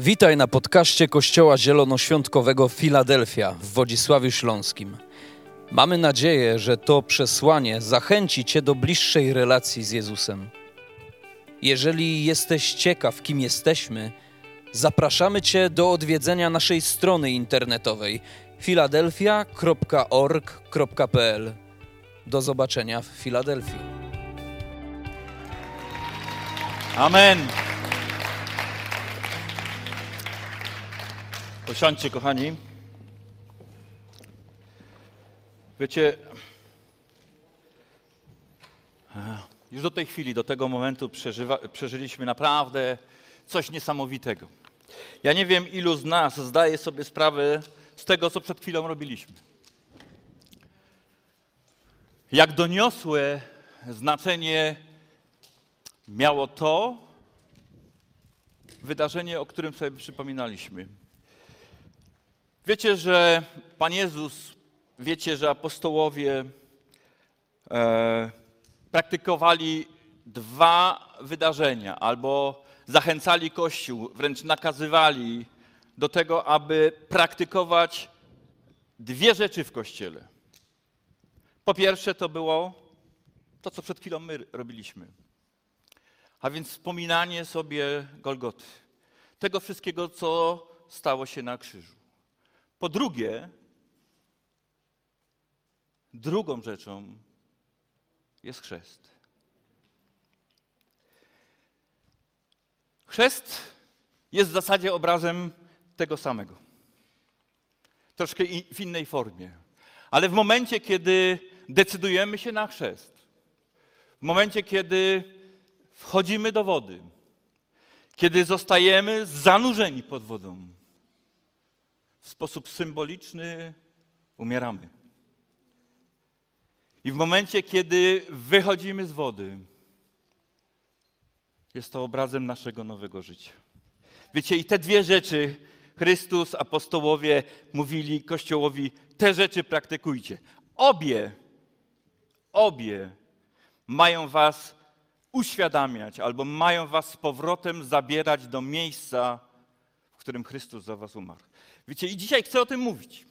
Witaj na podcaście Kościoła Zielonoświątkowego Filadelfia w Wodzisławiu Śląskim. Mamy nadzieję, że to przesłanie zachęci Cię do bliższej relacji z Jezusem. Jeżeli jesteś ciekaw, kim jesteśmy, zapraszamy Cię do odwiedzenia naszej strony internetowej filadelfia.org.pl. Do zobaczenia w Filadelfii. Amen. Posiądźcie, kochani. Wiecie, już do tej chwili, do tego momentu przeżyliśmy naprawdę coś niesamowitego. Ja nie wiem, ilu z nas zdaje sobie sprawę z tego, co przed chwilą robiliśmy. Jak doniosłe znaczenie miało to wydarzenie, o którym sobie przypominaliśmy. Wiecie, że Pan Jezus, wiecie, że apostołowie praktykowali dwa wydarzenia, albo zachęcali Kościół, wręcz nakazywali do tego, aby praktykować dwie rzeczy w Kościele. Po pierwsze to było to, co przed chwilą my robiliśmy. A więc wspominanie sobie Golgoty. Tego wszystkiego, co stało się na krzyżu. Po drugie, drugą rzeczą jest chrzest. Chrzest jest w zasadzie obrazem tego samego. Troszkę w innej formie. Ale w momencie, kiedy decydujemy się na chrzest, w momencie, kiedy wchodzimy do wody, kiedy zostajemy zanurzeni pod wodą, w sposób symboliczny umieramy. I w momencie, kiedy wychodzimy z wody, jest to obrazem naszego nowego życia. Wiecie, i te dwie rzeczy Chrystus, apostołowie mówili Kościołowi, te rzeczy praktykujcie. Obie mają was uświadamiać, albo mają was z powrotem zabierać do miejsca, w którym Chrystus za was umarł. Wiecie, i dzisiaj chcę o tym mówić.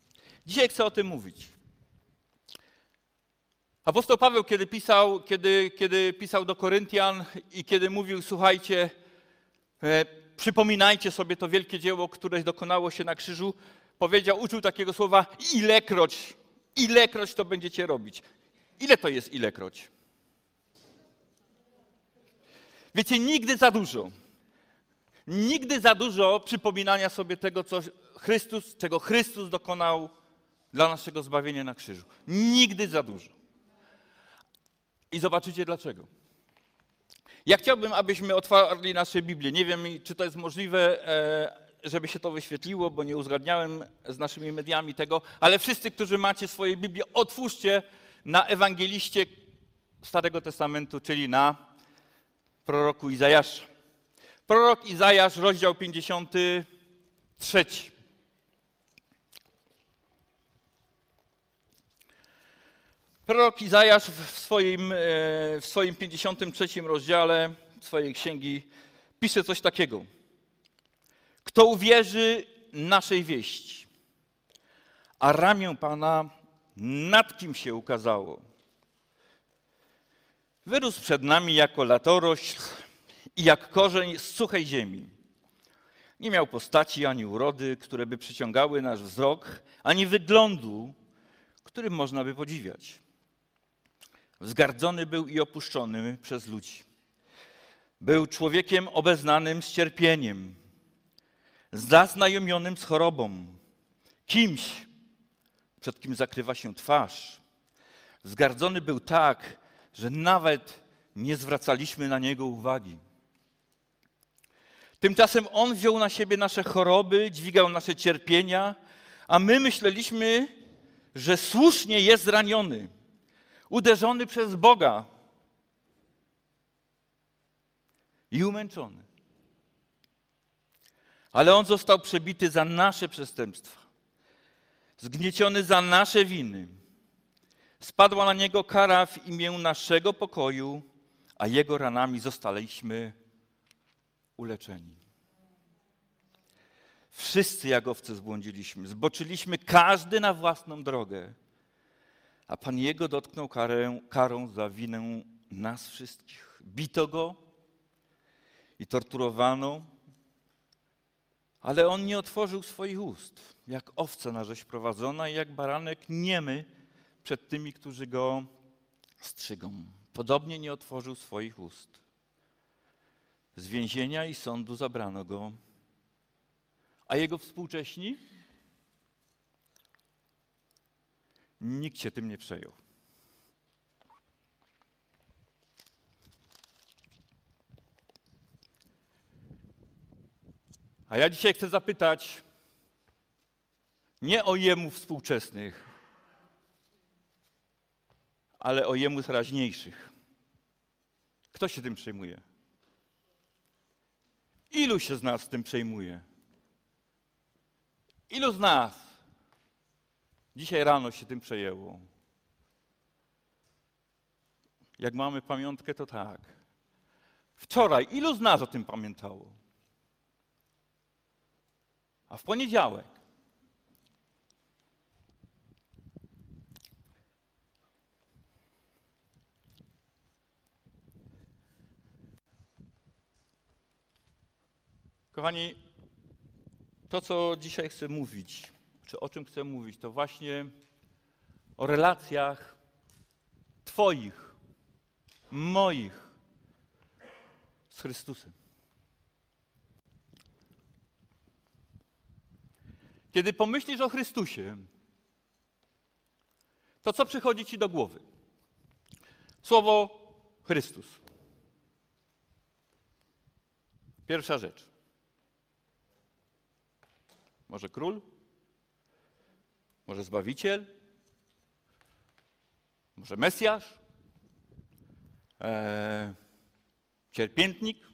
Apostoł Paweł, kiedy pisał do Koryntian i kiedy mówił, słuchajcie, przypominajcie sobie to wielkie dzieło, które dokonało się na krzyżu, uczył takiego słowa, ilekroć to będziecie robić. Ile to jest ilekroć? Wiecie, nigdy za dużo. Nigdy za dużo przypominania sobie tego, czego Chrystus dokonał dla naszego zbawienia na krzyżu. Nigdy za dużo. I zobaczycie dlaczego. Ja chciałbym, abyśmy otwarli nasze Biblię. Nie wiem, czy to jest możliwe, żeby się to wyświetliło, bo nie uzgadniałem z naszymi mediami tego, ale wszyscy, którzy macie swoje Biblię, otwórzcie na Ewangeliście Starego Testamentu, czyli na proroku Izajasza. Prorok Izajasz, rozdział 53. Prorok Izajasz w swoim 53 rozdziale swojej księgi pisze coś takiego. Kto uwierzy naszej wieści, a ramię Pana nad kim się ukazało? Wyrósł przed nami jako latorośl i jak korzeń z suchej ziemi. Nie miał postaci ani urody, które by przyciągały nasz wzrok, ani wyglądu, którym można by podziwiać. Wzgardzony był i opuszczony przez ludzi. Był człowiekiem obeznanym z cierpieniem, zaznajomionym z chorobą, kimś, przed kim zakrywa się twarz. Wzgardzony był tak, że nawet nie zwracaliśmy na niego uwagi. Tymczasem on wziął na siebie nasze choroby, dźwigał nasze cierpienia, a my myśleliśmy, że słusznie jest zraniony, uderzony przez Boga i umęczony. Ale on został przebity za nasze przestępstwa, zgnieciony za nasze winy. Spadła na niego kara w imię naszego pokoju, a jego ranami zostaliśmy uleczeni. Wszyscy jak owce zbłądziliśmy, zboczyliśmy każdy na własną drogę, a Pan Jego dotknął karą za winę nas wszystkich. Bito Go i torturowano, ale On nie otworzył swoich ust, jak owca na rzeź prowadzona i jak baranek niemy przed tymi, którzy Go strzygą. Podobnie nie otworzył swoich ust. Z więzienia i sądu zabrano Go, a Jego współcześni? Nikt się tym nie przejął. A ja dzisiaj chcę zapytać nie o jemu współczesnych, ale o jemu teraźniejszych. Kto się tym przejmuje? Ilu się z nas tym przejmuje? Ilu z nas dzisiaj rano się tym przejęło? Jak mamy pamiątkę, to tak. Wczoraj ilu z nas o tym pamiętało? A w poniedziałek? Kochani, to co dzisiaj chcę mówić, czy o czym chcę mówić, to właśnie o relacjach Twoich, moich z Chrystusem. Kiedy pomyślisz o Chrystusie, to co przychodzi Ci do głowy? Słowo Chrystus. Pierwsza rzecz. Może król? Może Zbawiciel? Może Mesjasz? Cierpiętnik?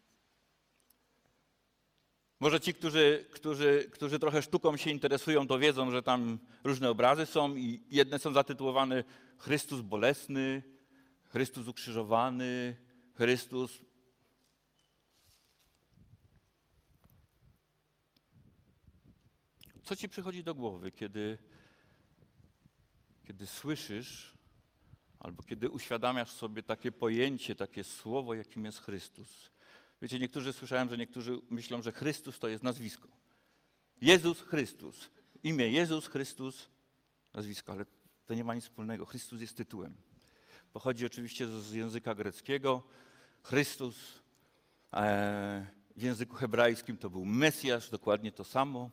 Może ci, którzy trochę sztuką się interesują, to wiedzą, że tam różne obrazy są i jedne są zatytułowane Chrystus bolesny, Chrystus ukrzyżowany, Chrystus. Co ci przychodzi do głowy, kiedy słyszysz albo kiedy uświadamiasz sobie takie pojęcie, takie słowo, jakim jest Chrystus? Wiecie, słyszałem, że niektórzy myślą, że Chrystus to jest nazwisko. Jezus Chrystus. Imię Jezus Chrystus, nazwisko, ale to nie ma nic wspólnego. Chrystus jest tytułem. Pochodzi oczywiście z języka greckiego. Chrystus w języku hebrajskim to był Mesjasz, dokładnie to samo.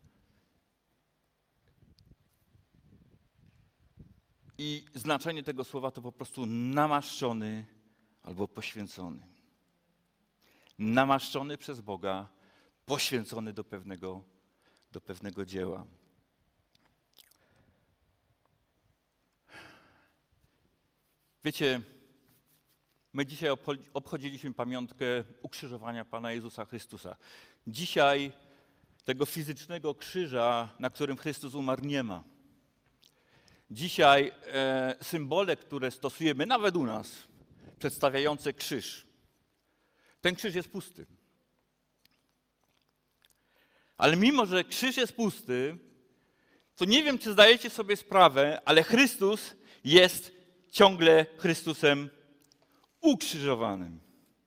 I znaczenie tego słowa to po prostu namaszczony albo poświęcony. Namaszczony przez Boga, poświęcony do pewnego dzieła. Wiecie, my dzisiaj obchodziliśmy pamiątkę ukrzyżowania Pana Jezusa Chrystusa. Dzisiaj tego fizycznego krzyża, na którym Chrystus umarł, nie ma. Dzisiaj symbole, które stosujemy, nawet u nas, przedstawiające krzyż, ten krzyż jest pusty. Ale mimo, że krzyż jest pusty, to nie wiem, czy zdajecie sobie sprawę, ale Chrystus jest ciągle Chrystusem ukrzyżowanym.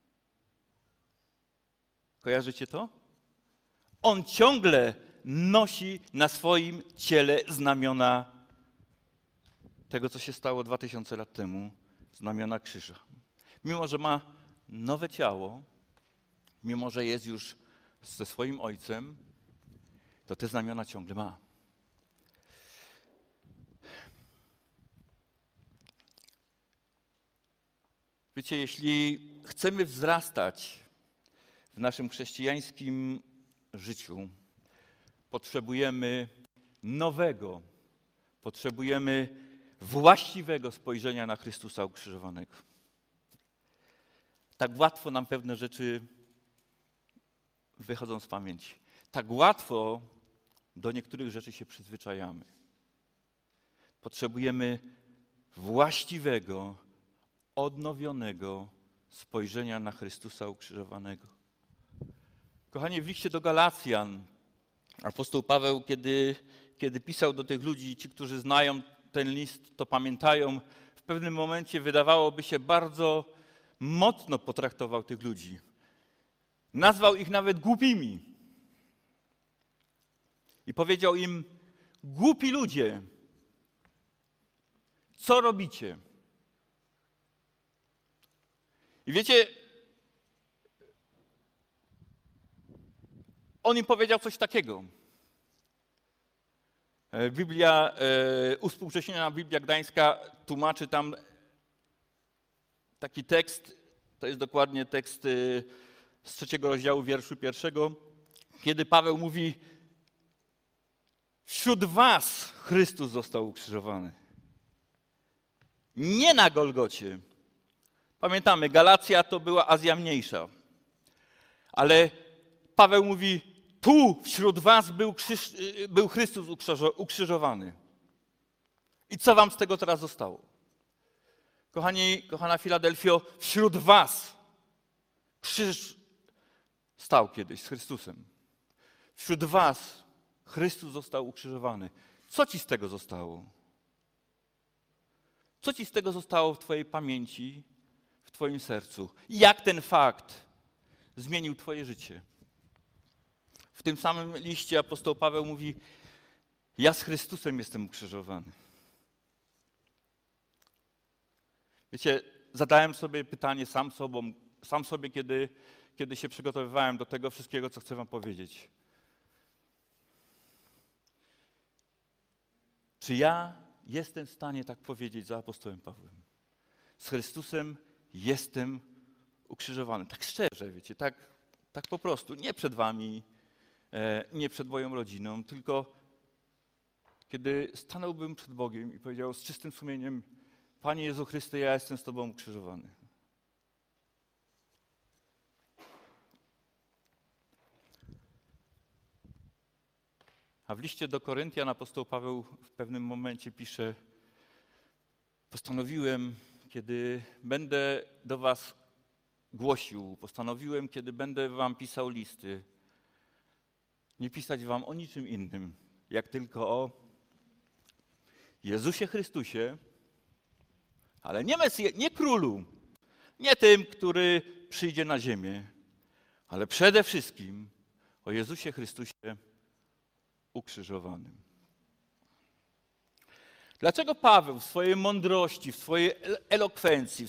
Kojarzycie to? On ciągle nosi na swoim ciele znamiona tego, co się stało 2000 lat temu, znamiona krzyża. Mimo, że ma nowe ciało, mimo, że jest już ze swoim Ojcem, to te znamiona ciągle ma. Wiecie, jeśli chcemy wzrastać w naszym chrześcijańskim życiu, potrzebujemy nowego, potrzebujemy właściwego spojrzenia na Chrystusa ukrzyżowanego. Tak łatwo nam pewne rzeczy wychodzą z pamięci. Tak łatwo do niektórych rzeczy się przyzwyczajamy. Potrzebujemy właściwego, odnowionego spojrzenia na Chrystusa ukrzyżowanego. Kochani, w liście do Galacjan Apostoł Paweł, kiedy pisał do tych ludzi, ci, którzy znają ten list, to pamiętają, w pewnym momencie wydawałoby się bardzo mocno potraktował tych ludzi. Nazwał ich nawet głupimi. I powiedział im: głupi ludzie, co robicie? I wiecie, on im powiedział coś takiego. Biblia, uwspółcześniona Biblia Gdańska tłumaczy tam taki tekst, to jest dokładnie tekst z 3 rozdziału wierszu 1, kiedy Paweł mówi: wśród was Chrystus został ukrzyżowany. Nie na Golgocie. Pamiętamy, Galacja to była Azja Mniejsza. Ale Paweł mówi: tu wśród was był Chrystus ukrzyżowany. I co wam z tego teraz zostało? Kochani, kochana Filadelfio, wśród was krzyż stał kiedyś z Chrystusem. Wśród was Chrystus został ukrzyżowany. Co ci z tego zostało? Co ci z tego zostało w twojej pamięci, w twoim sercu? Jak ten fakt zmienił twoje życie? W tym samym liście apostoł Paweł mówi: ja z Chrystusem jestem ukrzyżowany. Wiecie, zadałem sobie pytanie sam sobie, kiedy się przygotowywałem do tego wszystkiego, co chcę wam powiedzieć. Czy ja jestem w stanie tak powiedzieć za apostołem Pawłem? Z Chrystusem jestem ukrzyżowany. Tak szczerze, wiecie, tak po prostu. Nie przed wami, nie przed moją rodziną, tylko kiedy stanąłbym przed Bogiem i powiedział z czystym sumieniem: Panie Jezu Chryste, ja jestem z Tobą ukrzyżowany. A w liście do Koryntian apostoł Paweł w pewnym momencie pisze: postanowiłem, kiedy będę do was głosił, postanowiłem, kiedy będę wam pisał listy, nie pisać wam o niczym innym, jak tylko o Jezusie Chrystusie, ale nie królu, nie tym, który przyjdzie na ziemię, ale przede wszystkim o Jezusie Chrystusie ukrzyżowanym. Dlaczego Paweł w swojej mądrości, w swojej elokwencji, w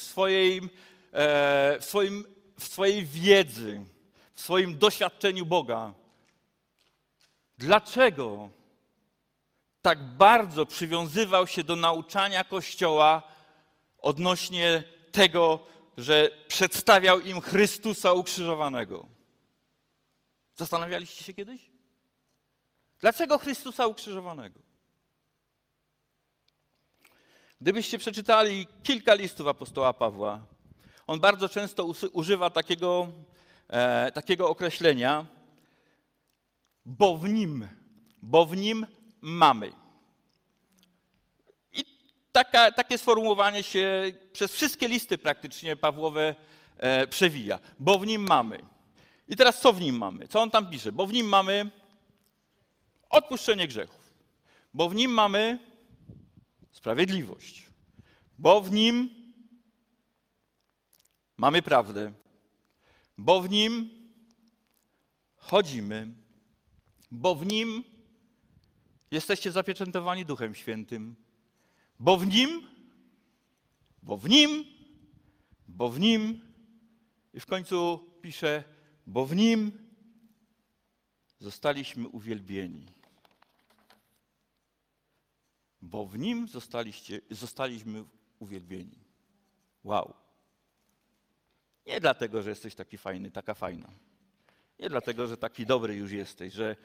swojej wiedzy, w swoim doświadczeniu Boga, dlaczego tak bardzo przywiązywał się do nauczania Kościoła odnośnie tego, że przedstawiał im Chrystusa ukrzyżowanego? Zastanawialiście się kiedyś? Dlaczego Chrystusa ukrzyżowanego? Gdybyście przeczytali kilka listów apostoła Pawła, on bardzo często używa takiego określenia: bo w nim mamy. I takie sformułowanie się przez wszystkie listy praktycznie Pawłowe przewija. Bo w nim mamy. I teraz co w nim mamy? Co on tam pisze? Bo w nim mamy odpuszczenie grzechów. Bo w nim mamy sprawiedliwość. Bo w nim mamy prawdę. Bo w nim chodzimy. Bo w nim jesteście zapieczętowani Duchem Świętym. Bo w nim i w końcu pisze: bo w nim zostaliśmy uwielbieni. Bo w nim zostaliśmy uwielbieni. Wow. Nie dlatego, że jesteś taki fajny, taka fajna. Nie dlatego, że taki dobry już jesteś, że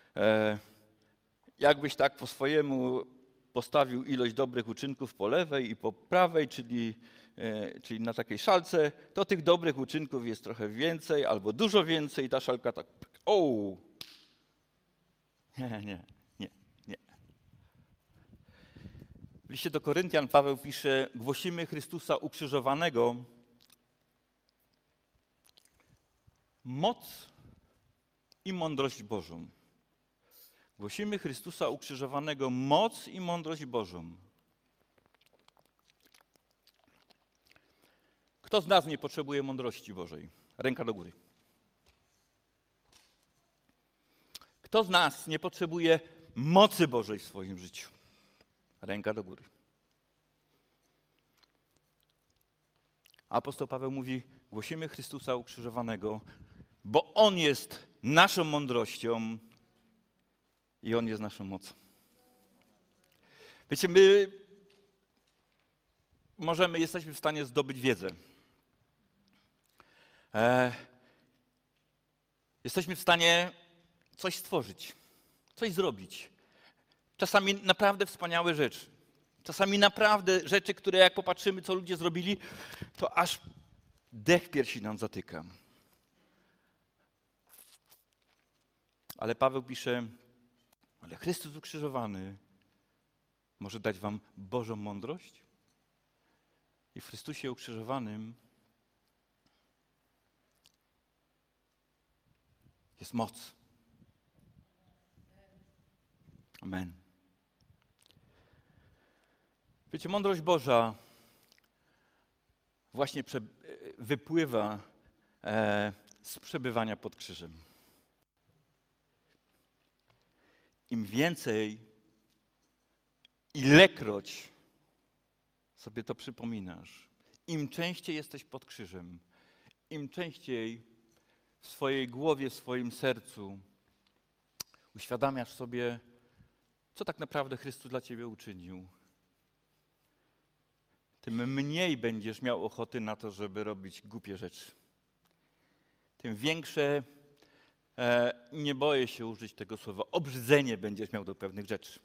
jakbyś tak po swojemu postawił ilość dobrych uczynków po lewej i po prawej, czyli na takiej szalce, to tych dobrych uczynków jest trochę więcej albo dużo więcej i ta szalka tak... Nie. W liście do Koryntian Paweł pisze: głosimy Chrystusa ukrzyżowanego, moc i mądrość Bożą. Głosimy Chrystusa ukrzyżowanego, moc i mądrość Bożą. Kto z nas nie potrzebuje mądrości Bożej? Ręka do góry. Kto z nas nie potrzebuje mocy Bożej w swoim życiu? Ręka do góry. Apostoł Paweł mówi, głosimy Chrystusa ukrzyżowanego, bo On jest naszą mądrością i On jest naszą mocą. Wiecie, my jesteśmy w stanie zdobyć wiedzę. Jesteśmy w stanie coś stworzyć, coś zrobić. Czasami naprawdę wspaniałe rzeczy. Czasami naprawdę rzeczy, które jak popatrzymy, co ludzie zrobili, to aż dech w piersi nam zatyka. Ale Paweł pisze, ale Chrystus ukrzyżowany może dać wam Bożą mądrość. I w Chrystusie ukrzyżowanym jest moc. Amen. Wiecie, mądrość Boża właśnie wypływa z przebywania pod krzyżem. Im więcej, ilekroć sobie to przypominasz, im częściej jesteś pod krzyżem, im częściej w swojej głowie, w swoim sercu uświadamiasz sobie, co tak naprawdę Chrystus dla ciebie uczynił, tym mniej będziesz miał ochoty na to, żeby robić głupie rzeczy. Tym większe, nie boję się użyć tego słowa, obrzydzenie będziesz miał do pewnych rzeczy.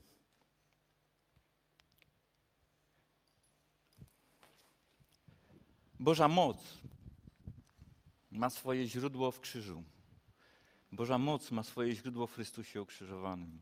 Boża moc ma swoje źródło w krzyżu. Boża moc ma swoje źródło w Chrystusie ukrzyżowanym.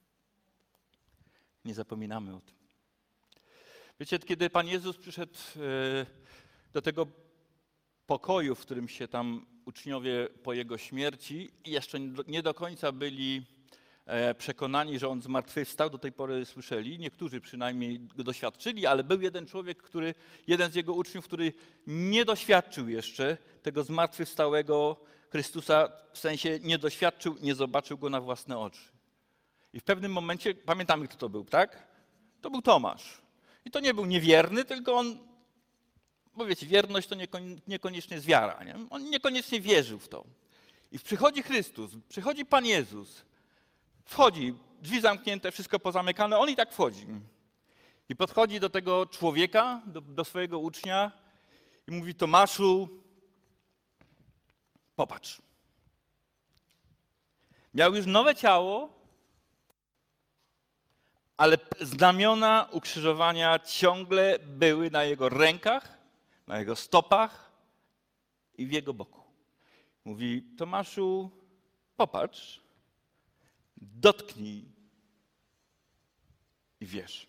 Nie zapominamy o tym. Wiecie, kiedy Pan Jezus przyszedł do tego pokoju, w którym się tam uczniowie po Jego śmierci i jeszcze nie do końca byli przekonani, że On zmartwychwstał, do tej pory słyszeli, niektórzy przynajmniej go doświadczyli, ale był jeden człowiek, jeden z Jego uczniów, który nie doświadczył jeszcze tego zmartwychwstałego Chrystusa, w sensie nie doświadczył, nie zobaczył Go na własne oczy. I w pewnym momencie, pamiętamy kto to był, tak? To był Tomasz. I to nie był niewierny, tylko on, bo wiecie, wierność to niekoniecznie jest wiara. Nie? On niekoniecznie wierzył w to. I przychodzi Chrystus, przychodzi Pan Jezus, wchodzi, drzwi zamknięte, wszystko pozamykane, on i tak wchodzi. I podchodzi do tego człowieka, do swojego ucznia i mówi, Tomaszu, popatrz. Miał już nowe ciało, ale znamiona ukrzyżowania ciągle były na jego rękach, na jego stopach i w jego boku. Mówi, Tomaszu, popatrz, dotknij i wierz.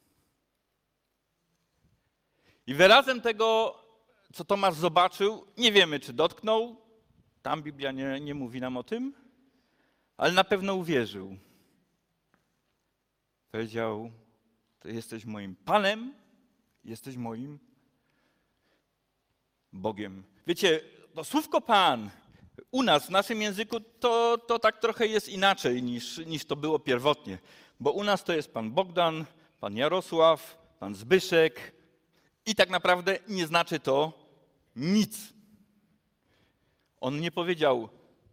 I wyrazem tego, co Tomasz zobaczył, nie wiemy, czy dotknął, tam Biblia nie mówi nam o tym, ale na pewno uwierzył. Powiedział, Ty jesteś moim Panem, jesteś moim Bogiem. Wiecie, to słówko Pan u nas, w naszym języku, to tak trochę jest inaczej niż to było pierwotnie. Bo u nas to jest Pan Bogdan, Pan Jarosław, Pan Zbyszek i tak naprawdę nie znaczy to nic. On nie powiedział,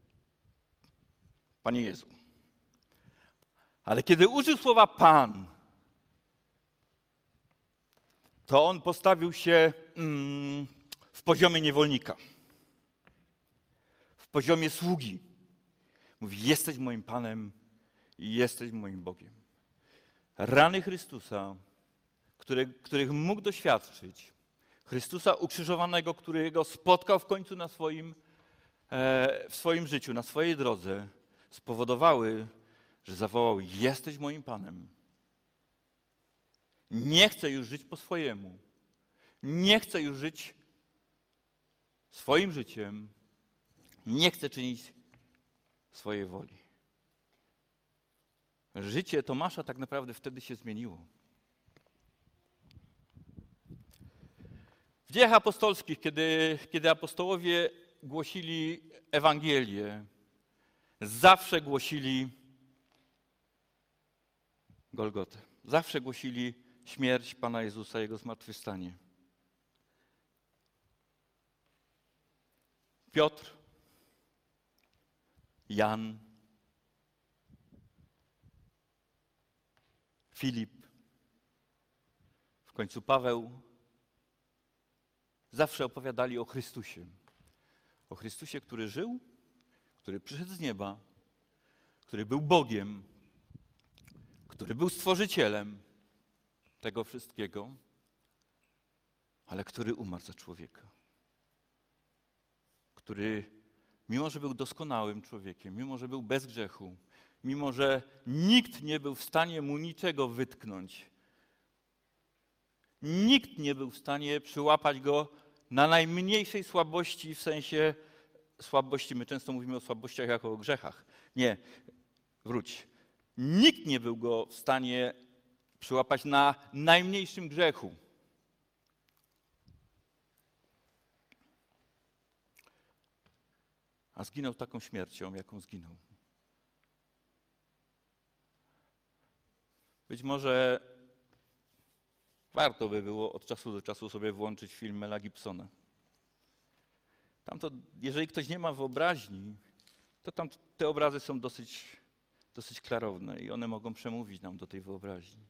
Panie Jezu. Ale kiedy użył słowa Pan, to on postawił się w poziomie niewolnika, w poziomie sługi. Mówi, jesteś moim Panem i jesteś moim Bogiem. Rany Chrystusa, których mógł doświadczyć, Chrystusa ukrzyżowanego, którego spotkał w końcu w swoim życiu, na swojej drodze, spowodowały, że zawołał, jesteś moim Panem. Nie chcę już żyć po swojemu. Nie chcę już żyć swoim życiem. Nie chcę czynić swojej woli. Życie Tomasza tak naprawdę wtedy się zmieniło. W Dziejach Apostolskich, kiedy apostołowie głosili Ewangelię, zawsze głosili Golgotę. Zawsze głosili śmierć Pana Jezusa, Jego zmartwychwstanie. Piotr, Jan, Filip, w końcu Paweł, zawsze opowiadali o Chrystusie. O Chrystusie, który żył, który przyszedł z nieba, który był Bogiem, który był Stworzycielem tego wszystkiego, ale który umarł za człowieka. Który, mimo że był doskonałym człowiekiem, mimo że był bez grzechu, mimo że nikt nie był w stanie mu niczego wytknąć, nikt nie był w stanie przyłapać go na najmniejszej słabości, w sensie słabości, my często mówimy o słabościach jako o grzechach. Nie, wróć. Nikt nie był go w stanie przyłapać na najmniejszym grzechu. A zginął taką śmiercią, jaką zginął. Być może warto by było od czasu do czasu sobie włączyć film Mela Gibsona. Tam to, jeżeli ktoś nie ma wyobraźni, to tam te obrazy są dosyć klarowne i one mogą przemówić nam do tej wyobraźni.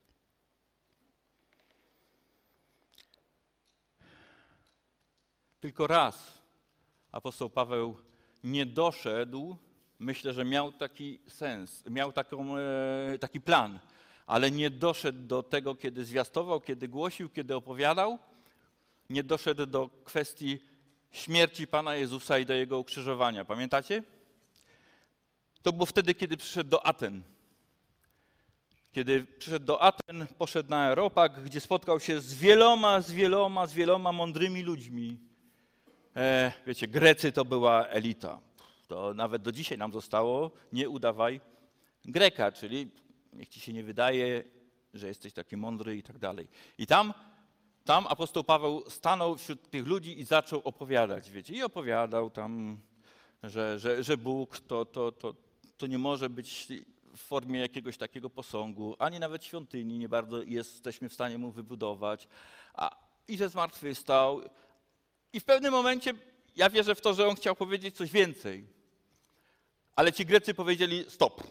Tylko raz apostoł Paweł nie doszedł, myślę, że miał taki sens, miał taki plan, ale nie doszedł do tego, kiedy zwiastował, kiedy głosił, kiedy opowiadał, nie doszedł do kwestii śmierci Pana Jezusa i do Jego ukrzyżowania. Pamiętacie? To było wtedy, kiedy przyszedł do Aten. Kiedy przyszedł do Aten, poszedł na Areopag, gdzie spotkał się z wieloma mądrymi ludźmi. Wiecie, Grecy to była elita. To nawet do dzisiaj nam zostało, nie udawaj Greka, czyli niech ci się nie wydaje, że jesteś taki mądry i tak dalej. I tam apostoł Paweł stanął wśród tych ludzi i zaczął opowiadać, wiecie. I opowiadał tam, że Bóg to nie może być w formie jakiegoś takiego posągu, ani nawet świątyni nie bardzo jesteśmy w stanie mu wybudować. I że zmartwychwstał. I w pewnym momencie ja wierzę w to, że on chciał powiedzieć coś więcej. Ale ci Grecy powiedzieli stop.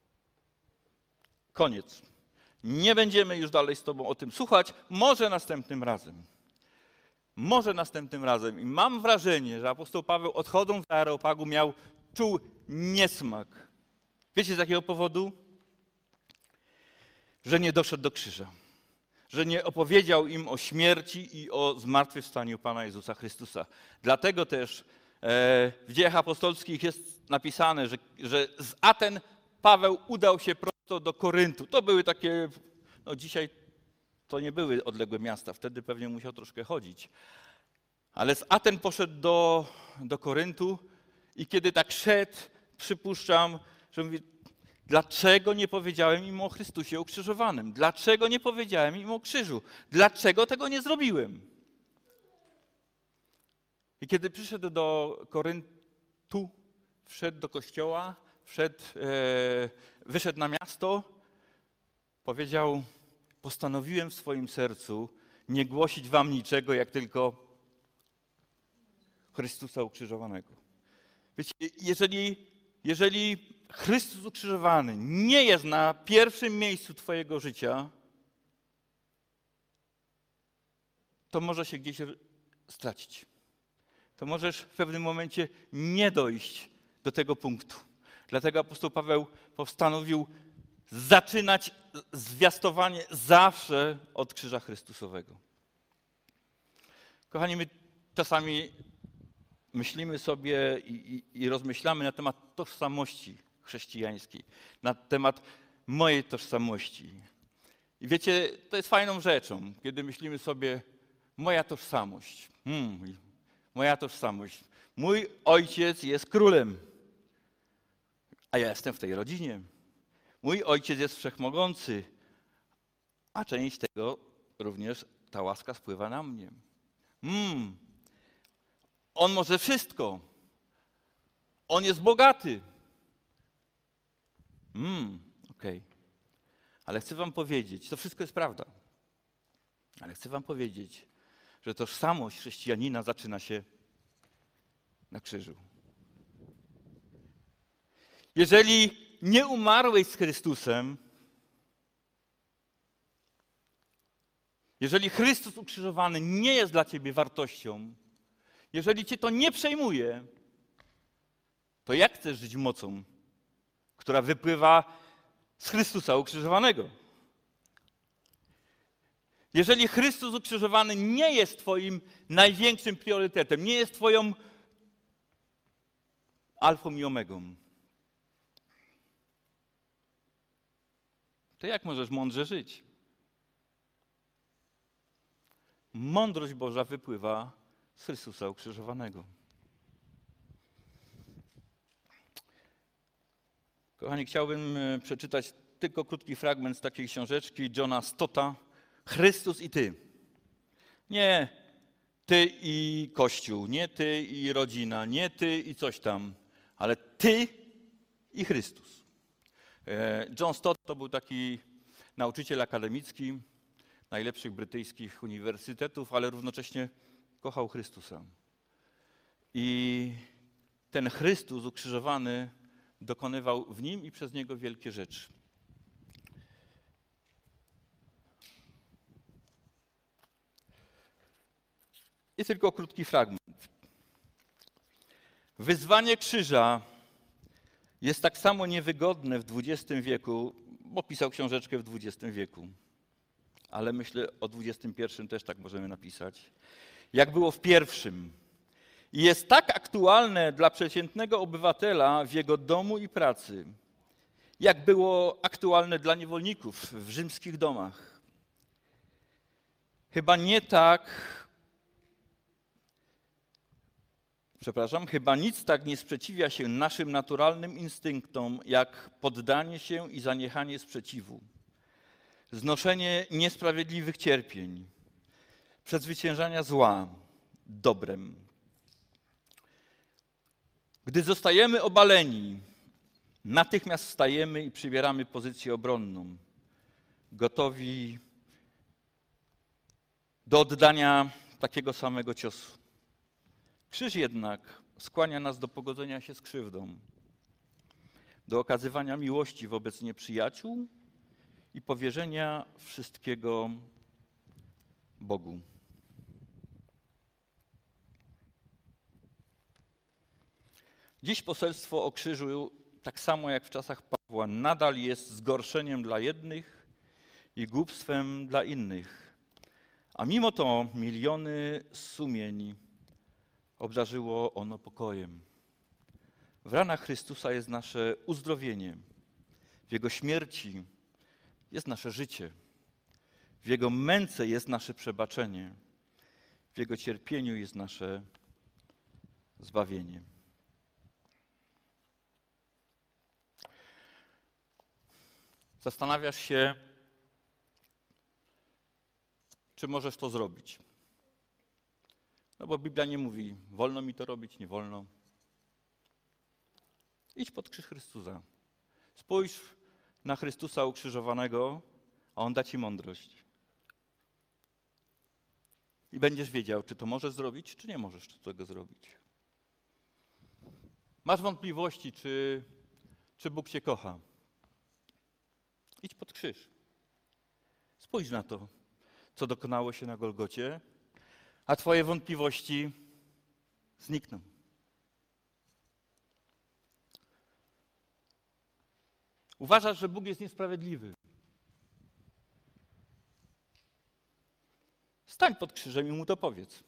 Koniec. Nie będziemy już dalej z tobą o tym słuchać. Może następnym razem. Może następnym razem. I mam wrażenie, że apostoł Paweł odchodząc z Areopagu czuł niesmak. Wiecie z jakiego powodu? Że nie doszedł do krzyża. Że nie opowiedział im o śmierci i o zmartwychwstaniu Pana Jezusa Chrystusa. Dlatego też w Dziejach Apostolskich jest napisane, że z Aten Paweł udał się prosto do Koryntu. To były takie, no dzisiaj to nie były odległe miasta, wtedy pewnie musiał troszkę chodzić. Ale z Aten poszedł do Koryntu i kiedy tak szedł, przypuszczam, że mówi, dlaczego nie powiedziałem im o Chrystusie ukrzyżowanym? Dlaczego nie powiedziałem im o krzyżu? Dlaczego tego nie zrobiłem? I kiedy przyszedł do Koryntu, wszedł do kościoła, wyszedł na miasto, powiedział, postanowiłem w swoim sercu nie głosić wam niczego, jak tylko Chrystusa ukrzyżowanego. Wiecie, jeżeli Chrystus ukrzyżowany nie jest na pierwszym miejscu twojego życia, to może się gdzieś stracić. To możesz w pewnym momencie nie dojść do tego punktu. Dlatego apostoł Paweł postanowił zaczynać zwiastowanie zawsze od krzyża Chrystusowego. Kochani, my czasami myślimy sobie i rozmyślamy na temat tożsamości chrześcijańskiej, na temat mojej tożsamości. I wiecie, to jest fajną rzeczą, kiedy myślimy sobie, moja tożsamość. Moja tożsamość. Mój ojciec jest królem, a ja jestem w tej rodzinie. Mój Ojciec jest wszechmogący, a część tego również ta łaska spływa na mnie. On może wszystko. On jest bogaty. Okej. Ale chcę wam powiedzieć, to wszystko jest prawda, ale chcę wam powiedzieć, że tożsamość chrześcijanina zaczyna się na krzyżu. Jeżeli nie umarłeś z Chrystusem, jeżeli Chrystus ukrzyżowany nie jest dla ciebie wartością, jeżeli cię to nie przejmuje, to jak chcesz żyć mocą, która wypływa z Chrystusa ukrzyżowanego? Jeżeli Chrystus ukrzyżowany nie jest twoim największym priorytetem, nie jest twoją alfą i omegą, to jak możesz mądrze żyć? Mądrość Boża wypływa z Chrystusa ukrzyżowanego. Kochani, chciałbym przeczytać tylko krótki fragment z takiej książeczki Johna Stotta, Chrystus i Ty. Nie Ty i Kościół, nie Ty i rodzina, nie Ty i coś tam, ale Ty i Chrystus. John Stott to był taki nauczyciel akademicki najlepszych brytyjskich uniwersytetów, ale równocześnie kochał Chrystusa. I ten Chrystus ukrzyżowany dokonywał w nim i przez niego wielkie rzeczy. I tylko krótki fragment. Wyzwanie krzyża jest tak samo niewygodne w XX wieku, bo pisał książeczkę w XX wieku. Ale myślę, o XXI też tak możemy napisać. Jak było w pierwszym. I jest tak aktualne dla przeciętnego obywatela w jego domu i pracy, jak było aktualne dla niewolników w rzymskich domach. Chyba nic tak nie sprzeciwia się naszym naturalnym instynktom, jak poddanie się i zaniechanie sprzeciwu. Znoszenie niesprawiedliwych cierpień, przezwyciężania zła dobrem. Gdy zostajemy obaleni, natychmiast wstajemy i przybieramy pozycję obronną, gotowi do oddania takiego samego ciosu. Krzyż jednak skłania nas do pogodzenia się z krzywdą, do okazywania miłości wobec nieprzyjaciół i powierzenia wszystkiego Bogu. Dziś poselstwo o krzyżu, tak samo jak w czasach Pawła, nadal jest zgorszeniem dla jednych i głupstwem dla innych. A mimo to miliony sumień obdarzyło ono pokojem. W ranach Chrystusa jest nasze uzdrowienie. W Jego śmierci jest nasze życie. W Jego męce jest nasze przebaczenie. W Jego cierpieniu jest nasze zbawienie. Zastanawiasz się, czy możesz to zrobić. No bo Biblia nie mówi, wolno mi to robić, nie wolno. Idź pod krzyż Chrystusa. Spójrz na Chrystusa ukrzyżowanego, a On da ci mądrość. I będziesz wiedział, czy to możesz zrobić, czy nie możesz tego zrobić. Masz wątpliwości, czy Bóg cię kocha. Idź pod krzyż. Spójrz na to, co dokonało się na Golgocie, a twoje wątpliwości znikną. Uważasz, że Bóg jest niesprawiedliwy. Stań pod krzyżem i Mu to powiedz.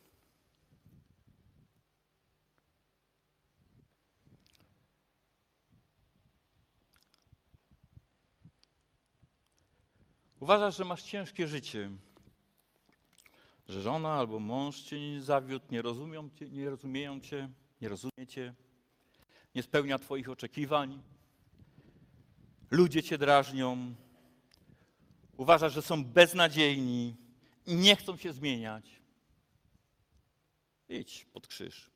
Uważasz, że masz ciężkie życie, że żona albo mąż cię nie zawiódł, nie rozumie cię, nie spełnia twoich oczekiwań, ludzie cię drażnią, uważasz, że są beznadziejni i nie chcą się zmieniać. Idź pod krzyż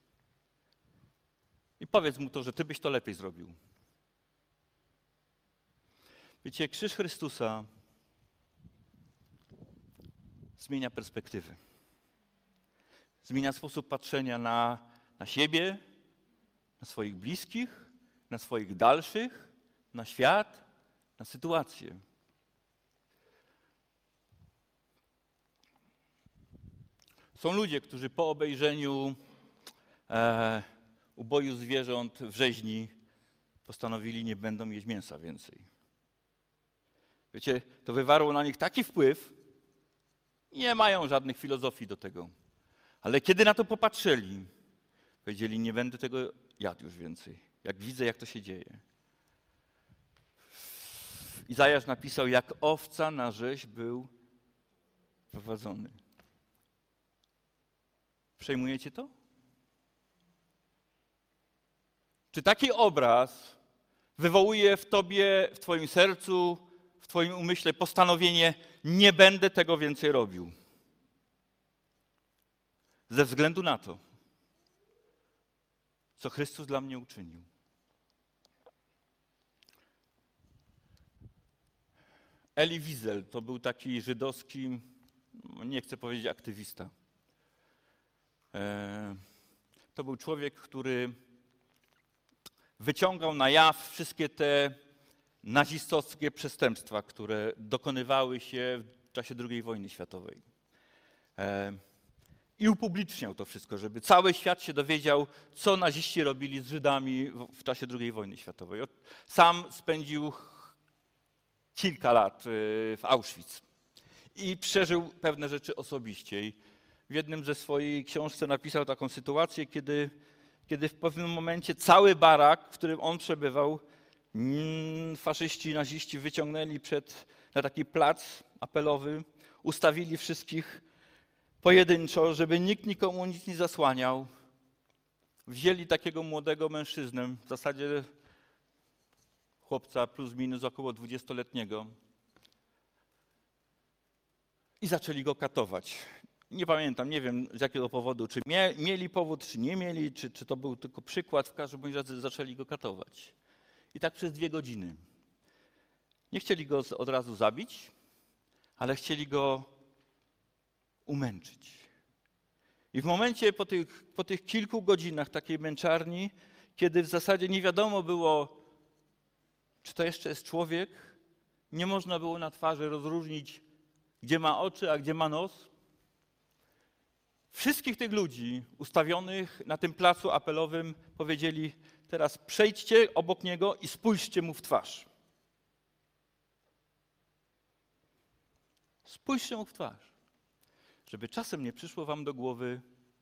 i powiedz mu to, że ty byś to lepiej zrobił. Wiecie, krzyż Chrystusa zmienia perspektywy. Zmienia sposób patrzenia na siebie, na swoich bliskich, na swoich dalszych, na świat, na sytuację. Są ludzie, którzy po obejrzeniu uboju zwierząt w rzeźni postanowili, nie będą jeść mięsa więcej. Wiecie, to wywarło na nich taki wpływ, nie mają żadnych filozofii do tego. Ale kiedy na to popatrzyli, powiedzieli, nie będę tego jadł już więcej. Jak widzę, jak to się dzieje. Izajasz napisał, jak owca na rzeź był prowadzony. Przejmujecie to? Czy taki obraz wywołuje w tobie, w twoim sercu, w twoim umyśle postanowienie, nie będę tego więcej robił? Ze względu na to, co Chrystus dla mnie uczynił. Elie Wiesel to był taki żydowski, nie chcę powiedzieć aktywista. To był człowiek, który wyciągał na jaw wszystkie te nazistowskie przestępstwa, które dokonywały się w czasie II wojny światowej. I upubliczniał to wszystko, żeby cały świat się dowiedział, co naziści robili z Żydami w czasie II wojny światowej. Sam spędził kilka lat w Auschwitz i przeżył pewne rzeczy osobiście. I w jednym ze swojej książce napisał taką sytuację, kiedy w pewnym momencie cały barak, w którym on przebywał, faszyści, naziści wyciągnęli na taki plac apelowy, ustawili wszystkich pojedynczo, żeby nikt nikomu nic nie zasłaniał. Wzięli takiego młodego mężczyznę, w zasadzie chłopca plus minus około 20-letniego i zaczęli go katować. Nie pamiętam, nie wiem z jakiego powodu, czy mieli powód, czy nie mieli, czy to był tylko przykład, w każdym razie zaczęli go katować. I tak przez 2 godziny. Nie chcieli go od razu zabić, ale chcieli go umęczyć. I w momencie po tych kilku godzinach takiej męczarni, kiedy w zasadzie nie wiadomo było, czy to jeszcze jest człowiek, nie można było na twarzy rozróżnić, gdzie ma oczy, a gdzie ma nos. Wszystkich tych ludzi ustawionych na tym placu apelowym powiedzieli, teraz przejdźcie obok niego i spójrzcie mu w twarz. Spójrzcie mu w twarz, żeby czasem nie przyszło wam do głowy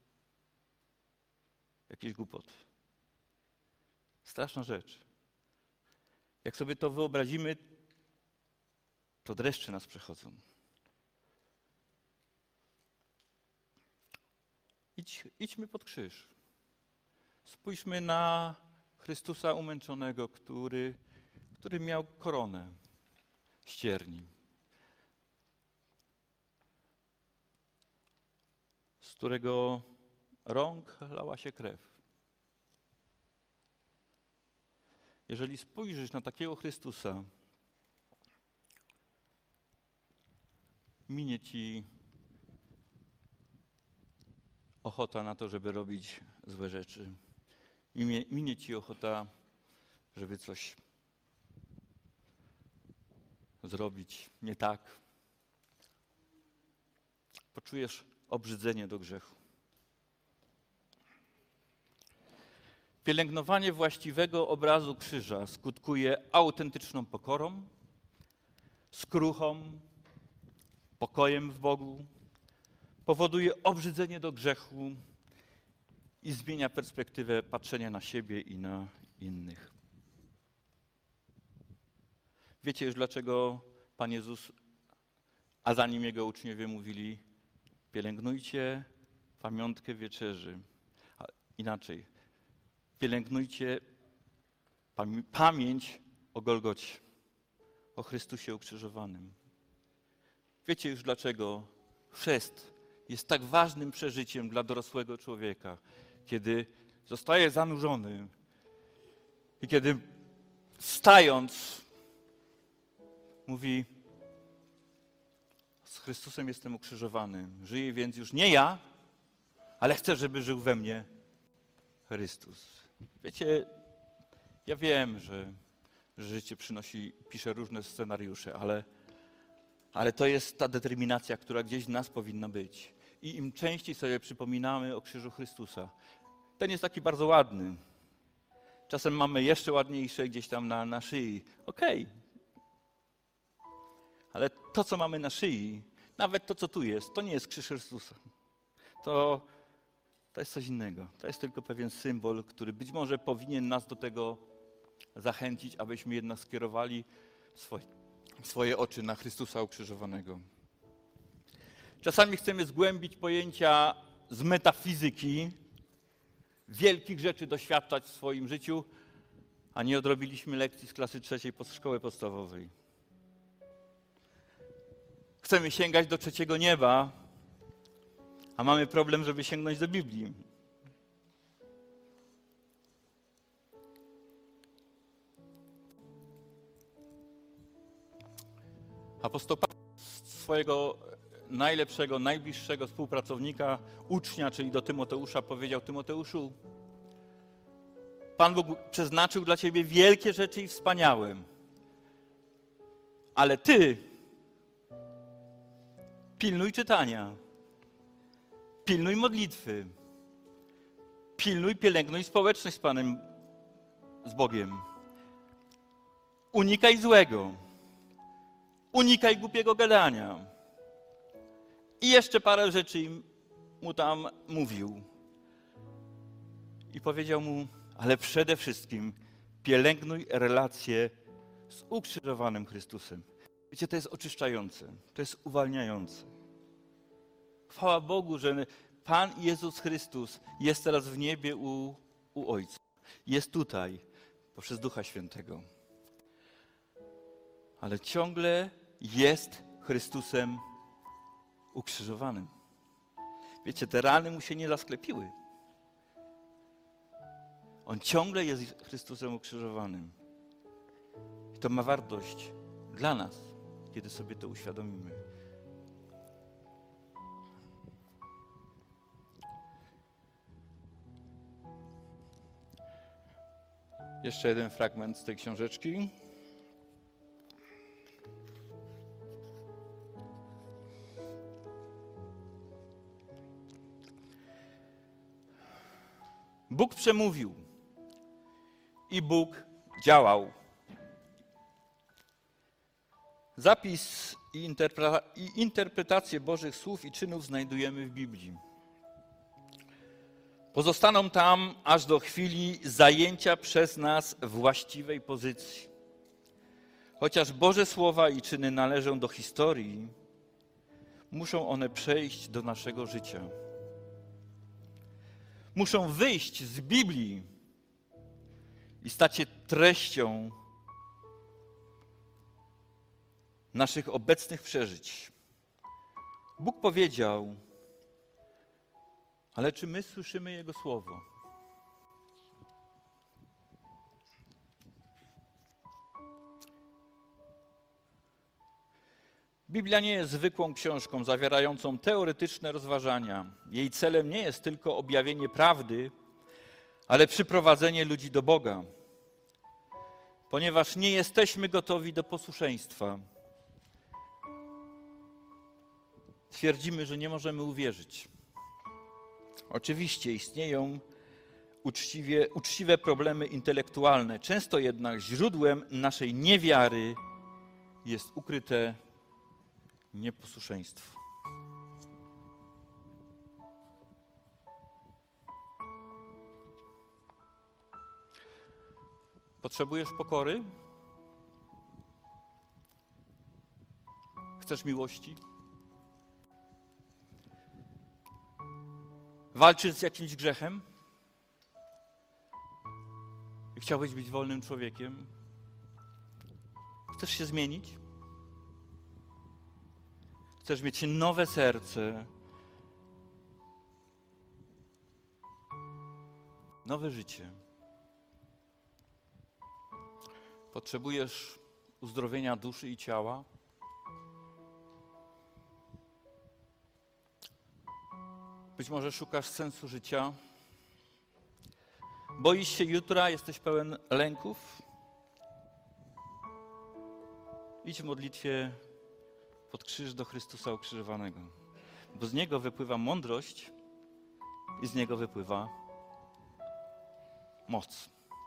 jakieś głupoty. Straszna rzecz. Jak sobie to wyobrazimy, to dreszcze nas przechodzą. Idźmy pod krzyż. Spójrzmy na Chrystusa umęczonego, który miał koronę ścierni, z którego rąk lała się krew. Jeżeli spojrzysz na takiego Chrystusa, minie ci ochota na to, żeby robić złe rzeczy. Minie ci ochota, żeby coś zrobić nie tak. Poczujesz obrzydzenie do grzechu. Pielęgnowanie właściwego obrazu krzyża skutkuje autentyczną pokorą, skruchą, pokojem w Bogu, powoduje obrzydzenie do grzechu i zmienia perspektywę patrzenia na siebie i na innych. Wiecie już, dlaczego Pan Jezus, a za Nim Jego uczniowie mówili, pielęgnujcie pamiątkę wieczerzy. A inaczej, pielęgnujcie pamięć o Golgocie. o Chrystusie ukrzyżowanym. Wiecie już dlaczego chrzest jest tak ważnym przeżyciem dla dorosłego człowieka, kiedy zostaje zanurzony i kiedy wstając mówi: z Chrystusem jestem ukrzyżowany. Żyję więc już nie ja, ale chcę, żeby żył we mnie Chrystus. Wiecie, ja wiem, że życie pisze różne scenariusze, ale to jest ta determinacja, która gdzieś w nas powinna być. I im częściej sobie przypominamy o krzyżu Chrystusa. Ten jest taki bardzo ładny. Czasem mamy jeszcze ładniejsze gdzieś tam na szyi. Okej. Ale to, co mamy na szyi, nawet to, co tu jest, to nie jest krzyż Chrystusa. To jest coś innego. To jest tylko pewien symbol, który być może powinien nas do tego zachęcić, abyśmy jednak skierowali swoje oczy na Chrystusa ukrzyżowanego. Czasami chcemy zgłębić pojęcia z metafizyki, wielkich rzeczy doświadczać w swoim życiu, a nie odrobiliśmy lekcji z klasy 3 szkoły podstawowej. Chcemy sięgać do trzeciego nieba, a mamy problem, żeby sięgnąć do Biblii. Apostoł Paweł swojego najlepszego, najbliższego współpracownika, ucznia, czyli do Tymoteusza, powiedział: Tymoteuszu, Pan Bóg przeznaczył dla ciebie wielkie rzeczy i wspaniałe, ale ty pilnuj czytania, pilnuj modlitwy, pielęgnuj społeczność z Panem, z Bogiem. Unikaj złego, unikaj głupiego gadania. I jeszcze parę rzeczy mu tam mówił. I powiedział mu: ale przede wszystkim pielęgnuj relacje z ukrzyżowanym Chrystusem. Wiecie, to jest oczyszczające, to jest uwalniające. Chwała Bogu, że Pan Jezus Chrystus jest teraz w niebie u Ojca. Jest tutaj poprzez Ducha Świętego. Ale ciągle jest Chrystusem ukrzyżowanym. Wiecie, te rany mu się nie zasklepiły. On ciągle jest Chrystusem ukrzyżowanym. I to ma wartość dla nas, kiedy sobie to uświadomimy. Jeszcze jeden fragment z tej książeczki. Bóg przemówił i Bóg działał. Zapis i interpretację Bożych słów i czynów znajdujemy w Biblii. Pozostaną tam aż do chwili zajęcia przez nas właściwej pozycji. Chociaż Boże słowa i czyny należą do historii, muszą one przejść do naszego życia. Muszą wyjść z Biblii i stać się treścią naszych obecnych przeżyć. Bóg powiedział, ale czy my słyszymy Jego słowo? Biblia nie jest zwykłą książką zawierającą teoretyczne rozważania. Jej celem nie jest tylko objawienie prawdy, ale przyprowadzenie ludzi do Boga. Ponieważ nie jesteśmy gotowi do posłuszeństwa, twierdzimy, że nie możemy uwierzyć. Oczywiście istnieją uczciwe problemy intelektualne. Często jednak źródłem naszej niewiary jest ukryte nieposłuszeństwo. Potrzebujesz pokory? Chcesz miłości? Walczysz z jakimś grzechem? I chciałbyś być wolnym człowiekiem? Chcesz się zmienić? Chcesz mieć nowe serce, nowe życie. Potrzebujesz uzdrowienia duszy i ciała? Być może szukasz sensu życia. Boisz się jutra, jesteś pełen lęków? Idź w modlitwie pod krzyż do Chrystusa ukrzyżowanego, bo z Niego wypływa mądrość i z Niego wypływa moc.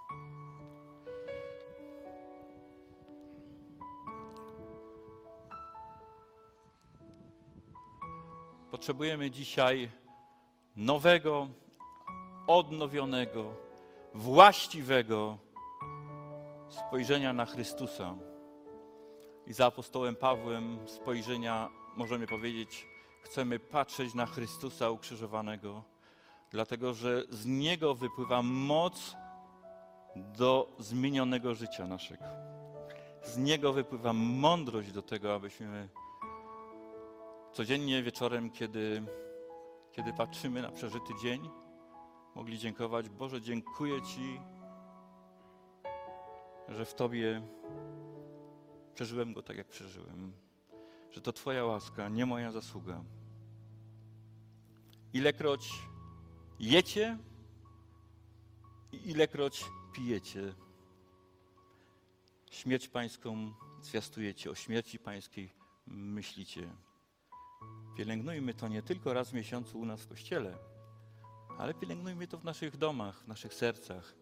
Potrzebujemy dzisiaj nowego, odnowionego, właściwego spojrzenia na Chrystusa. I za apostołem Pawłem spojrzenia, możemy powiedzieć, chcemy patrzeć na Chrystusa ukrzyżowanego, dlatego że z Niego wypływa moc do zmienionego życia naszego. Z Niego wypływa mądrość do tego, abyśmy codziennie wieczorem, kiedy patrzymy na przeżyty dzień, mogli dziękować: Boże, dziękuję Ci, że w Tobie przeżyłem go tak, jak przeżyłem. Że to Twoja łaska, nie moja zasługa. Ilekroć jecie i ilekroć pijecie, śmierć Pańską zwiastujecie, o śmierci Pańskiej myślicie. Pielęgnujmy to nie tylko raz w miesiącu u nas w kościele, ale pielęgnujmy to w naszych domach, w naszych sercach.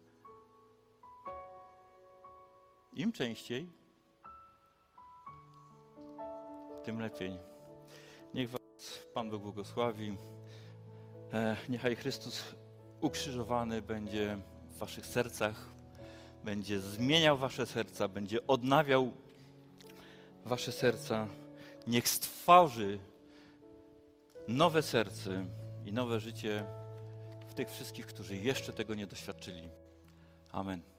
Im częściej, tym lepiej. Niech was Pan Bóg błogosławi. Niechaj Chrystus ukrzyżowany będzie w waszych sercach, będzie zmieniał wasze serca, będzie odnawiał wasze serca. Niech stworzy nowe serce i nowe życie w tych wszystkich, którzy jeszcze tego nie doświadczyli. Amen.